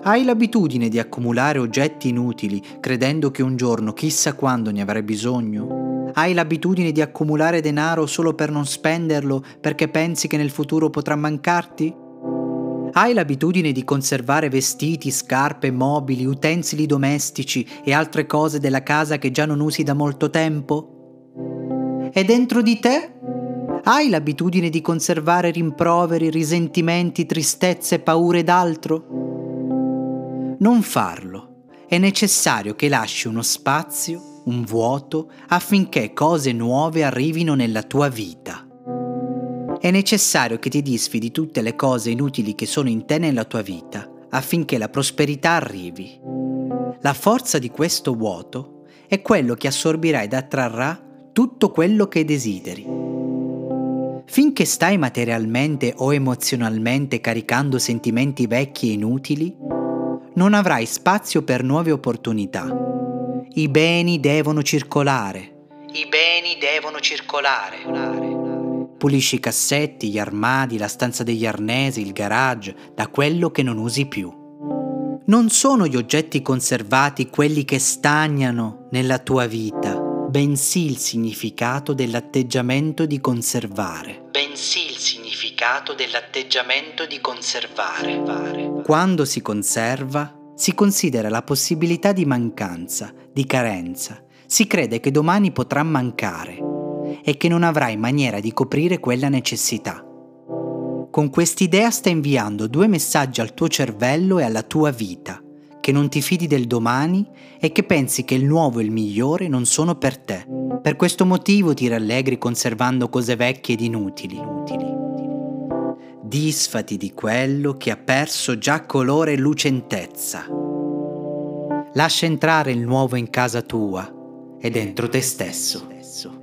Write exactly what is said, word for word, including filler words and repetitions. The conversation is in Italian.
Hai l'abitudine di accumulare oggetti inutili, credendo che un giorno chissà quando ne avrai bisogno? Hai l'abitudine di accumulare denaro solo per non spenderlo perché pensi che nel futuro potrà mancarti? Hai l'abitudine di conservare vestiti, scarpe, mobili, utensili domestici e altre cose della casa che già non usi da molto tempo? E dentro di te? Hai l'abitudine di conservare rimproveri, risentimenti, tristezze, paure ed altro? Non farlo. È necessario che lasci uno spazio, un vuoto, affinché cose nuove arrivino nella tua vita. È necessario che ti disfi di tutte le cose inutili che sono in te e nella tua vita, affinché la prosperità arrivi. La forza di questo vuoto è quello che assorbirà ed attrarrà tutto quello che desideri. Finché stai materialmente o emozionalmente caricando sentimenti vecchi e inutili, non avrai spazio per nuove opportunità. I beni devono circolare. I beni devono circolare. Pulisci i cassetti, gli armadi, la stanza degli arnesi, il garage, da quello che non usi più. Non sono gli oggetti conservati quelli che stagnano nella tua vita, bensì il significato dell'atteggiamento di conservare. Bensì il significato dell'atteggiamento di conservare. Quando si conserva, si considera la possibilità di mancanza, di carenza. Si crede che domani potrà mancare e che non avrai maniera di coprire quella necessità. Con quest'idea stai inviando due messaggi al tuo cervello e alla tua vita, che non ti fidi del domani e che pensi che il nuovo e il migliore non sono per te. Per questo motivo ti rallegri conservando cose vecchie ed inutili. Disfati di quello che ha perso già colore e lucentezza. Lascia entrare il nuovo in casa tua e dentro te stesso.